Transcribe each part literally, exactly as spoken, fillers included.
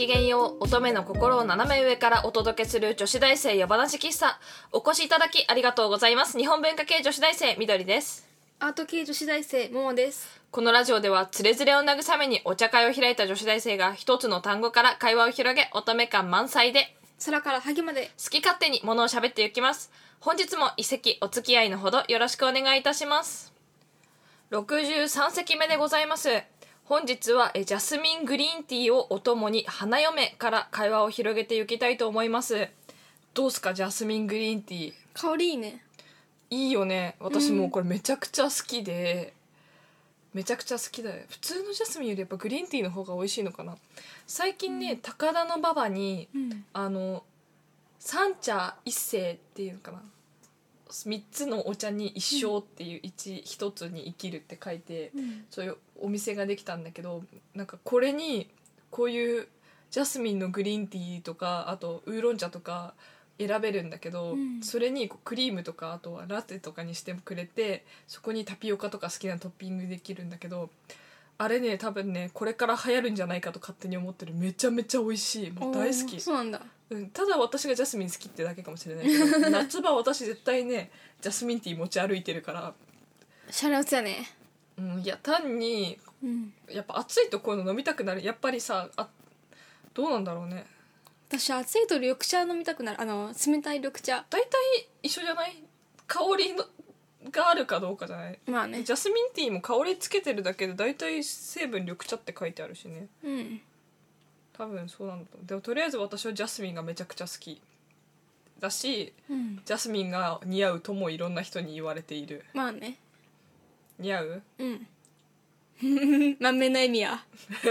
きげんよう。乙女の心を斜め上からお届けする女子大生夜話喫茶。お越しいただきありがとうございます。日本文化系女子大生みどりです。 アート系女子大生ももです。 このラジオではつれづれを慰めにお茶会を開いた女子大生が一つの単語から会話を広げ、乙女感満載で空からハゲまで好き勝手にものを喋っていきます。本日も一席お付き合いのほどよろしくお願いいたします。ろくじゅうさん席目でございます。本日はえジャスミングリーンティーをお供に花嫁から会話を広げていきたいと思います。どうすかジャスミングリーンティー。 香りいいね。 いいよね。私もうこれめちゃくちゃ好きで、うん、めちゃくちゃ好きだよ。普通のジャスミンよりやっぱグリーンティーの方が美味しいのかな。最近ね、うん、高田の馬場に、うん、あの三茶一世っていうのかな、みっつのお茶に一生っていう 1, 一つに生きるって書いて、うん、そういうお店ができたんだけど、なんかこれにこういうジャスミンのグリーンティーとかあとウーロン茶とか選べるんだけど、うん、それにクリームとかあとはラテとかにしてくれて、そこにタピオカとか好きなトッピングできるんだけど、あれね多分ねこれから流行るんじゃないかと勝手に思ってる。めちゃめちゃ美味しい。もう大好き。 そうなんだ。 うん、ただ私がジャスミン好きってだけかもしれないけど夏場私絶対ねジャスミンティー持ち歩いてるから。 シャレオツやね。 うん、いや単に、うん、やっぱ暑いとこういうの飲みたくなる。やっぱりさあどうなんだろうね。 私暑いと緑茶飲みたくなる。あの冷たい緑茶。 大体一緒じゃない？香りのがあるかどうかじゃない？ まあね。 ジャスミンティーも香りつけてるだけで大体成分緑茶って書いてあるしね。 うん。 多分そうなんだと。でもとりあえず私はジャスミンがめちゃくちゃ好きだし、うん、ジャスミンが似合うともいろんな人に言われている。 まあね。 似合う？ うん満面の笑みや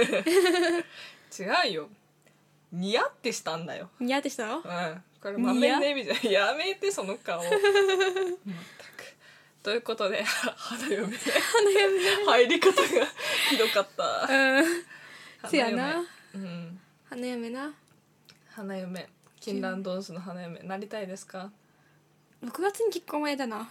違うよ、似合ってしたんだよ。 似合ってしたの？うん、 これ満面の笑みじゃん。やめてその顔全く。ということで花嫁花嫁入り方がひどかった。うんせやな、 うん、 花嫁な。 花嫁キンランドンスの花嫁なりたいですか？ ろくがつに結婚前だな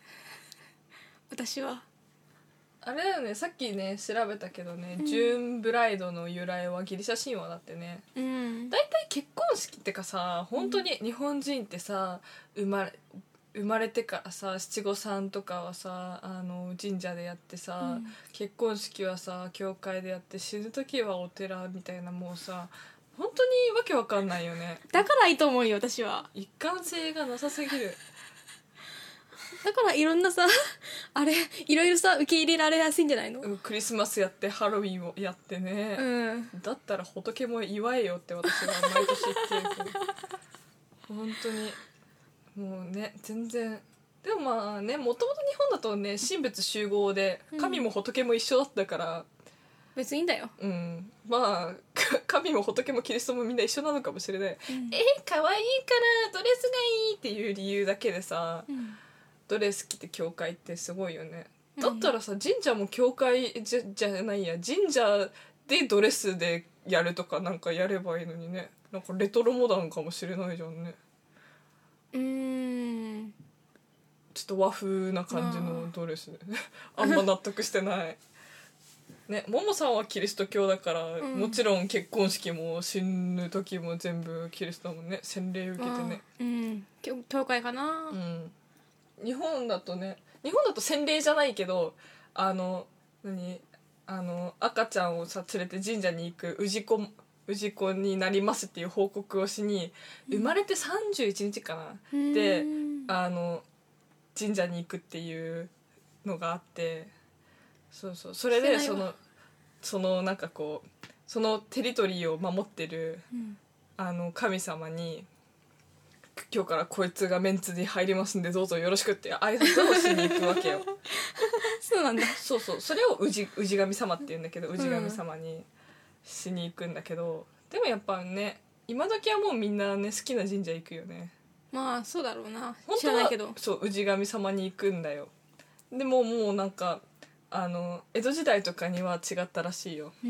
私は。 あれだよね、さっきね調べたけどね、うん、ジューンブライドの由来はギリシャ神話だってね。だいたい結婚式ってかさ、本当に日本人ってさ、生まれ生まれてからさ七五三とかはさあの神社でやってさ、うん、結婚式はさ教会でやって、死ぬ時はお寺みたいな、もうさ本当にわけわかんないよね。 だからいいと思うよ私は。 一貫性がなさすぎる。 だからいろんなさあれいろいろさ受け入れられやすいんじゃないの？ クリスマスやってハロウィンをやってね、うん、だったら仏も祝えよって私は毎年言ってるけど本当にもうね全然。でもまあね、もともと日本だとね神仏集合で神も仏も一緒だったから、うん、 別にいいんだよ。 うん、まあ神も仏もキリストもみんな一緒なのかもしれない、うん、え可愛いからドレスがいいっていう理由だけでさ、うん、ドレス着て教会ってすごいよね。だったらさ、神社も教会じゃ、じゃないや神社でドレスでやるとかなんかやればいいのにね。なんかレトロモダンかもしれないじゃんね。 うーんちょっと和風な感じのドレス、あんま納得してないね。ももさんはキリスト教だから、うん、もちろん結婚式も死ぬ時も全部キリストだもんね。洗礼受けてね。 うん、教会かな。 うん。日本だとね、日本だと洗礼じゃないけど、あの何あの赤ちゃんをさ連れて神社に行く氏子氏子になりますっていう報告をしに、生まれてさんじゅういちにちかな、うん、であの神社に行くっていうのがあって、そうそう、それでそのそのなんかこうそのテリトリーを守ってる、うん、あの神様に今日からこいつがメンツに入りますんでどうぞよろしくって挨拶をしに行くわけよそうなんだ。 そうそう、それを氏神様って言うんだけど、氏神様にしに行くんだけど、うん、でもやっぱね今時はもうみんなね好きな神社行くよね。 まあそうだろうな。 本当は知らないけど、そう氏神様に行くんだよ。でももうなんかあの江戸時代とかには違ったらしいよ。うん、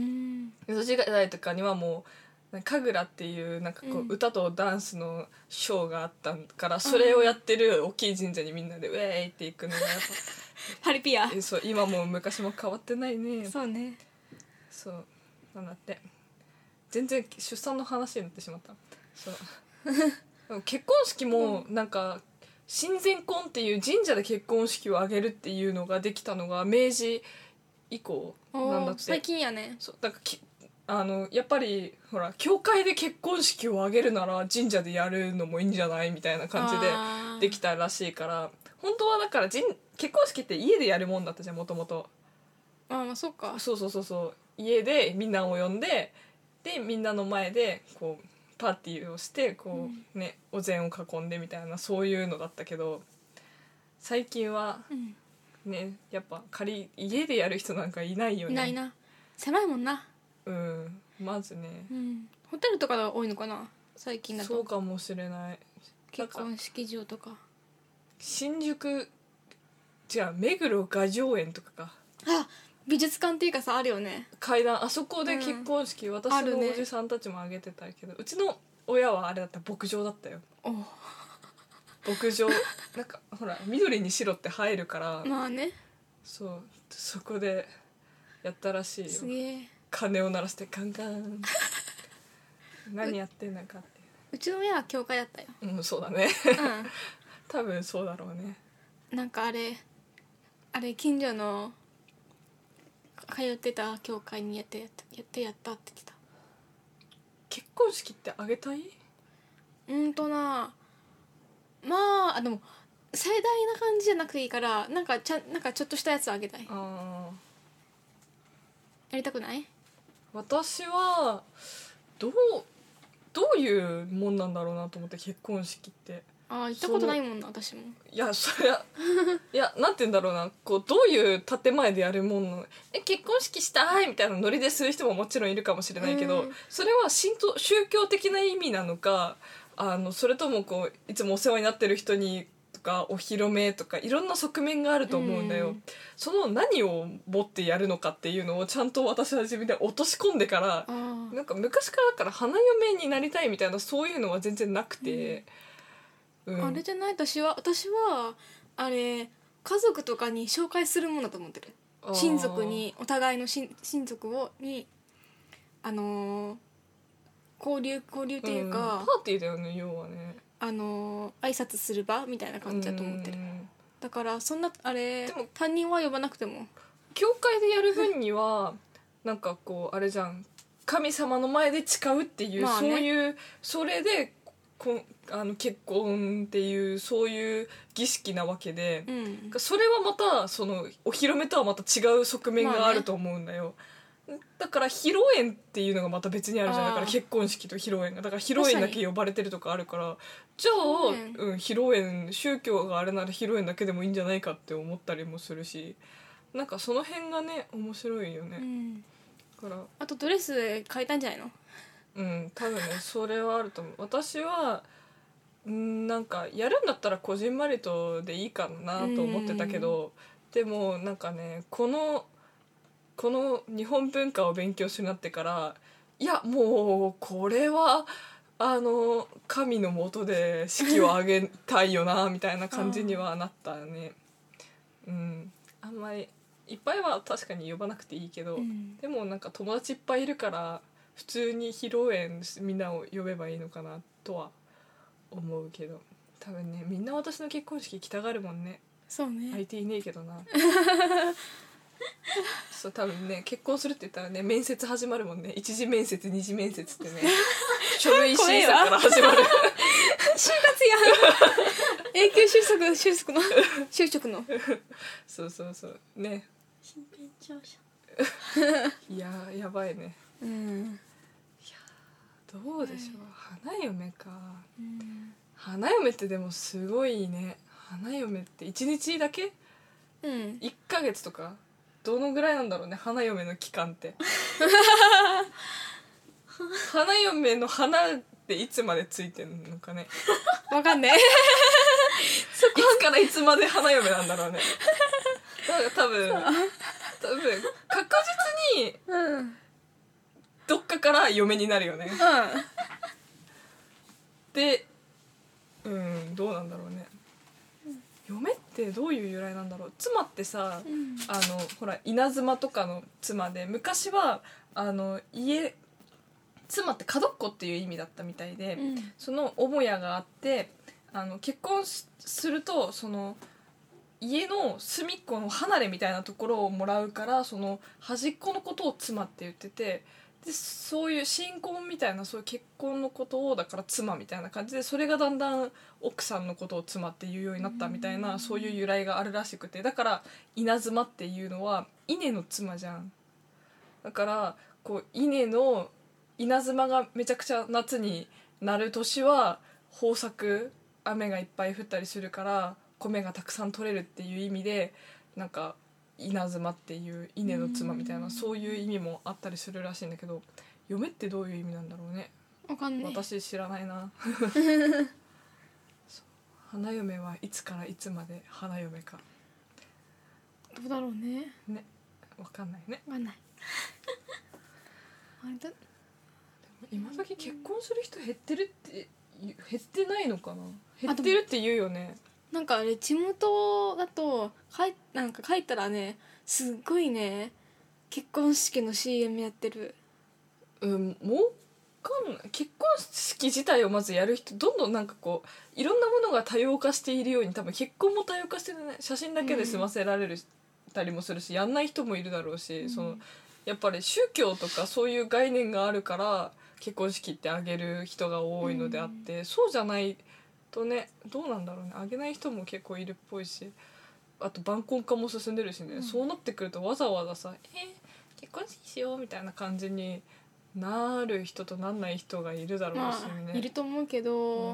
江戸時代とかにはもう神楽っていうなんかこう、うん、歌とダンスのショーがあったから、それをやってる大きい神社にみんなでウェーイって行くのがやっぱパリピア。 そう今も昔も変わってないね。 そうね。 そうなんだって。 全然出産の話になってしまった。そうでも結婚式もなんか神前婚っていう神社で結婚式を挙げるっていうのができたのが明治以降なんだって。 最近やね。 そうだからきあのやっぱりほら教会で結婚式を挙げるなら神社でやるのもいいんじゃないみたいな感じでできたらしいから、本当はだから結婚式って家でやるもんだったじゃん、もともと。 ああまあそうか。 そうそうそうそう、家でみんなを呼んで、でみんなの前でこうパーティーをしてこう、ね、お膳を囲んでみたいな、そういうのだったけど、最近はね、やっぱ仮家でやる人なんかいないよね。 いないな、狭いもんな。 うん、まずね、 うん、ホテルとかが多いのかな最近だと。 そうかもしれない。 結婚式場とか新宿違う目黒雅叙園とかか、 あ美術館っていうかさあるよね、 階段、あそこで結婚式、うん、私のおじさんたちも挙げてたけど、うちの親はあれだった、牧場だったよ。 お牧場なんかほら緑に白って映えるからまあね、 そうそこでやったらしいよ。 すげえ。 鐘を鳴らしてカンカン何やってんのかって。 うちの親は教会だったよ。 うんそうだねう多分そうだろうね。 んなんかあれあれ近所の通ってた教会にやってやったやってやったって言ってた。 結婚式ってあげたい？ うんとなまああでも盛大な感じじゃなくていいからなんかちゃなんかちょっとしたやつあげたい。 あやりたくない？ 私はどうどういうもんなんだろうなと思って、結婚式ってああ行ったことないもんな私も。 いやそりゃいやなんて言うんだろうな、こうどういう建前でやるもんなの、え結婚式したいみたいなノリでする人ももちろんいるかもしれないけど、 うんそれは神道宗教的な意味なのか、あのそれともこういつもお世話になってる人にとかお披露目とかいろんな側面があると思うんだよ、 うんその何を持ってやるのかっていうのをちゃんと私は自分で落とし込んでから、 あなんか昔からだから花嫁になりたいみたいなそういうのは全然なくて、うんあれじゃない私は私はあれ家族とかに紹介するものだと思ってる。 あー親族にお互いの親親族をにあのー交流交流っていううん、 かパ、ーティーだよね要はね。 あのー挨拶する場みたいな感じだと思ってる。 うんだからそんなあれでも担任は呼ばなくても教会でやる分にはなんかこうあれじゃん、神様の前で誓うっていう、 まあねそういうそれでこあの結婚っていうそういう儀式なわけで、 うんそれはまたそのお披露目とはまた違う側面があると思うんだよ、だから披露宴っていうのがまた別にあるじゃん。 あーだから結婚式と披露宴がだから披露宴だけ呼ばれてるとかあるから、じゃあ披露宴うん、披露宴宗教があれなら披露宴だけでもいいんじゃないかって思ったりもするし、なんかその辺がね面白いよね、 うんだからあとドレス変えたんじゃないの？ うん多分ねそれはあると思う。私はんなんかやるんだったらこじんまりとでいいかなと思ってたけど、でもなんかねこのこの日本文化を勉強しになってから、いやもうこれはあの神の下で式を挙げたいよなみたいな感じにはなったね。うんあんまりいっぱいは確かに呼ばなくていいけど、 うんでもなんか友達いっぱいいるから普通に披露宴みんなを呼べばいいのかなとは思うけど、多分ねみんな私の結婚式来たがるもんね。 そうね相手いねえけどなそう多分ね結婚するって言ったらね面接始まるもんね。一次面接二次面接ってね書類審査から始まる就活やん永久就職就職の就職のそうそうそうね。 身辺調査いやーやばいね。 うんどうでしょう、花嫁か。 うん花嫁ってでもすごいね。花嫁っていちにちだけうんいっかげつとかどのぐらいなんだろうね、花嫁の期間って花嫁の花っていつまでついてんのかねわかんねえいつからいつまで花嫁なんだろうね。だから多分多分確実にうんうんどっかから嫁になるよね。でうんどうなんだろうね。嫁ってどういう由来なんだろう。妻ってさ、 うんあのほら稲妻とかの妻で、昔はあの家妻って角っこっていう意味だったみたいで、 うんその母屋があって、あの結婚するとその家の隅っこの離れみたいなところをもらうから、その端っこのことを妻って言ってて、でそういう新婚みたいなそういう結婚のことをだから妻みたいな感じで、それがだんだん奥さんのことを妻って言うようになったみたいな、そういう由来があるらしくて、だから稲妻っていうのは稲の妻じゃん。だからこう稲の稲妻がめちゃくちゃ夏になる年は豊作、雨がいっぱい降ったりするから米がたくさん取れるっていう意味で、なんか稲妻っていう稲の妻みたいな、そういう意味もあったりするらしいんだけど、嫁ってどういう意味なんだろうね。 わかんない。 私知らないな花嫁はいつからいつまで花嫁かどうだろうね。 ね、わかんないね。 わかんないあれだ、 今時結婚する人減ってるって減ってないのかな。減ってるって言うよね。 なんかあれ地元だと帰なんか帰ったらね、すっごいね結婚式の シーエム やってる。 うんもうかんない。結婚式自体をまずやる人どんどんなんかこういろんなものが多様化しているように、多分結婚も多様化してるね。写真だけで済ませられるたりもするし、やんない人もいるだろうし、 うん、 そのやっぱり宗教とかそういう概念があるから結婚式ってあげる人が多いのであって、うん、そうじゃないとね、どうなんだろうね。あげない人も結構いるっぽいし、あと晩婚化も進んでるしね、うん、そうなってくるとわざわざさ「えー、結婚式しよう」みたいな感じになる人となんない人がいるだろうしね、 まあ、いると思うけど、うん、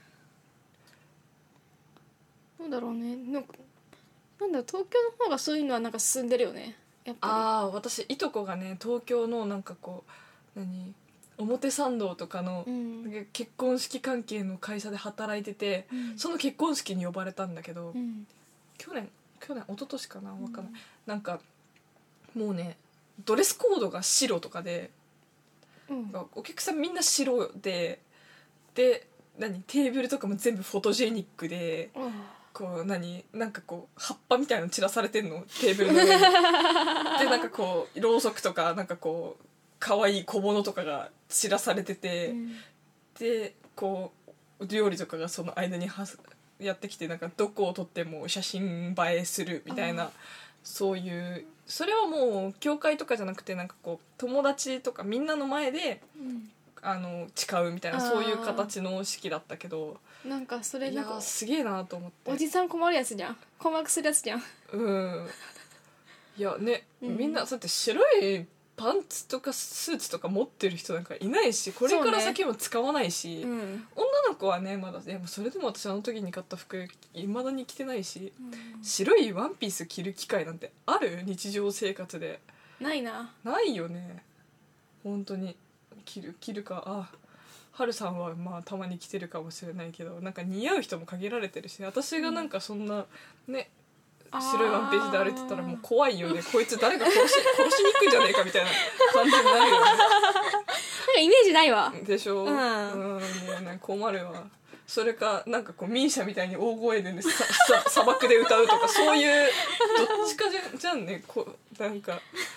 どうだろうね。なんかなんだろう、東京の方がそういうのはなんか進んでるよね、やっぱり。 ああ、私いとこがね東京のなんかこう何表参道とかの結婚式関係の会社で働いてて、うん、その結婚式に呼ばれたんだけど、うん、去年去年一昨年かな、分かんない、うん、なんかもうねドレスコードが白とかで、うん、お客さんみんな白でで何テーブルとかも全部フォトジェニックで、うん、こう何なんかこう葉っぱみたいなの散らされてんのテーブルの上にでなんかこうろうそくとかなんかこう可愛い小物とかが散らされてて、うん、でこう料理とかがその間にはやってきて、なんかどこを撮っても写真映えするみたいな、そういうそれはもう教会とかじゃなくてなんかこう友達とかみんなの前で、うん、あの誓うみたいなそういう形の式だったけど、 なんかそれなんかすげえなと思って。 おじさん困るやつじゃん、困惑するやつじゃん。 うんいやね、うん、みんなそうやって白いパンツとかスーツとか持ってる人なんかいないし、これから先も使わないし、ねうん、女の子はねまだでもそれでも私あの時に買った服いまだに着てないし、うん、白いワンピース着る機会なんてある？日常生活でないな。 ないよね本当に。着る着るか、あはるさんはまあたまに着てるかもしれないけど、なんか似合う人も限られてるし、私がなんかそんなね、うん、白いワンピースで歩いてたらもう怖いよね。こいつ誰か殺し殺しに行くんじゃねえかみたいな感じになるよねなんかイメージないわでしょ、うん、うんもうね困るわ。それかなんかこうミーシャみたいに大声でねささ砂漠で歌うとかそういうどっちかじゃじゃんね、こうなんか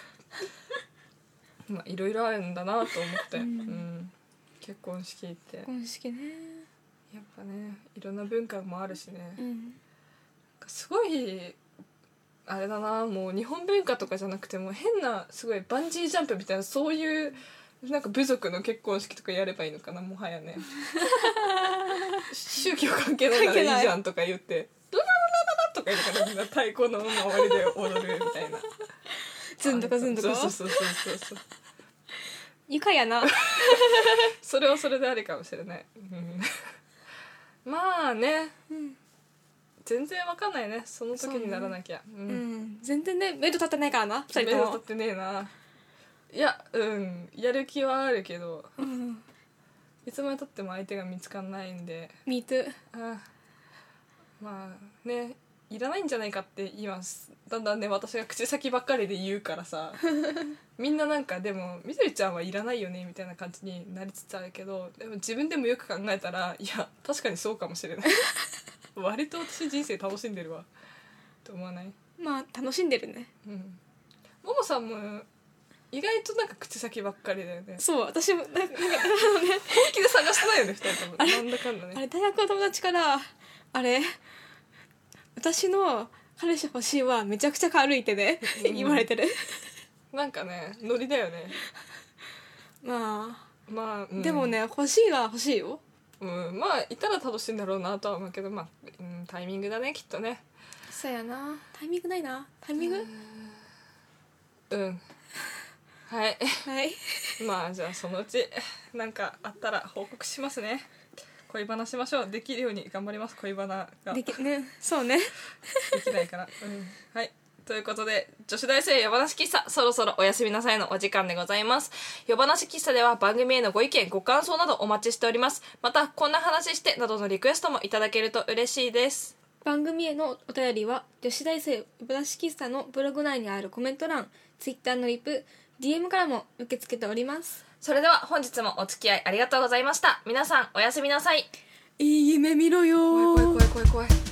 まあいろいろあるんだなと思って、うんうん、結婚式って結婚式ね、 やっぱねいろんな文化もあるしね、 うん、 すごいあれだな、もう日本文化とかじゃなくても変なすごいバンジージャンプみたいなそういうなんか部族の結婚式とかやればいいのかな、もはやね宗教関係ないならいいじゃんとか言ってドラララララとか言うからみんな太鼓の周りで踊るみたいなずんとかずんとかそうそうそうそうそう床やなそれはそれでありかもしれない、うん、まあね、うん、全然わかんないねその時にならなきゃ、う、ね、うんうん、全然ねメイド立ってないからなふたりとも。メイド立ってねえな。いやうんやる気はあるけど、うん、いつまでたっても相手が見つかんないんで Me too。 あまあねいらないんじゃないかって今だんだんね私が口先ばっかりで言うからさみんななんかでもみどりちゃんはいらないよねみたいな感じになりつつあるけど、でも自分でもよく考えたらいや確かにそうかもしれない割と私人生楽しんでるわと思わない？ まあ楽しんでるね。 うんももさんも意外となんか口先ばっかりだよね。 そう私もなんかなんかあのね本気で探してないよねふたりとも。 あれなんだかんだね。 あれ大学の友達からあれ私の彼氏欲しいはめちゃくちゃ軽い手で言われてる。 なんかねノリだよね。 まあまあ、うん、 でもね欲しいが欲しいよ。 うん、まあいたら楽しいんだろうなとは思うけど、まあ、うん、タイミングだねきっとね。 そうやなタイミングないなタイミングうんはいはいまあじゃあそのうちなんかあったら報告しますね。恋バナしましょう。できるように頑張ります。恋バナができねそうねできないから、うん、はいということで女子大生夜話喫茶そろそろおやすみなさいのお時間でございます。夜話喫茶では番組へのご意見ご感想などお待ちしております。またこんな話してなどのリクエストもいただけると嬉しいです。 番組へのお便りは女子大生夜話喫茶のブログ内にあるコメント欄、ツイッターのリプ、ディーエム からも受け付けております。 それでは本日もお付き合いありがとうございました。皆さんおやすみなさい。 いい夢見ろよー。 怖い怖い怖い怖い怖い。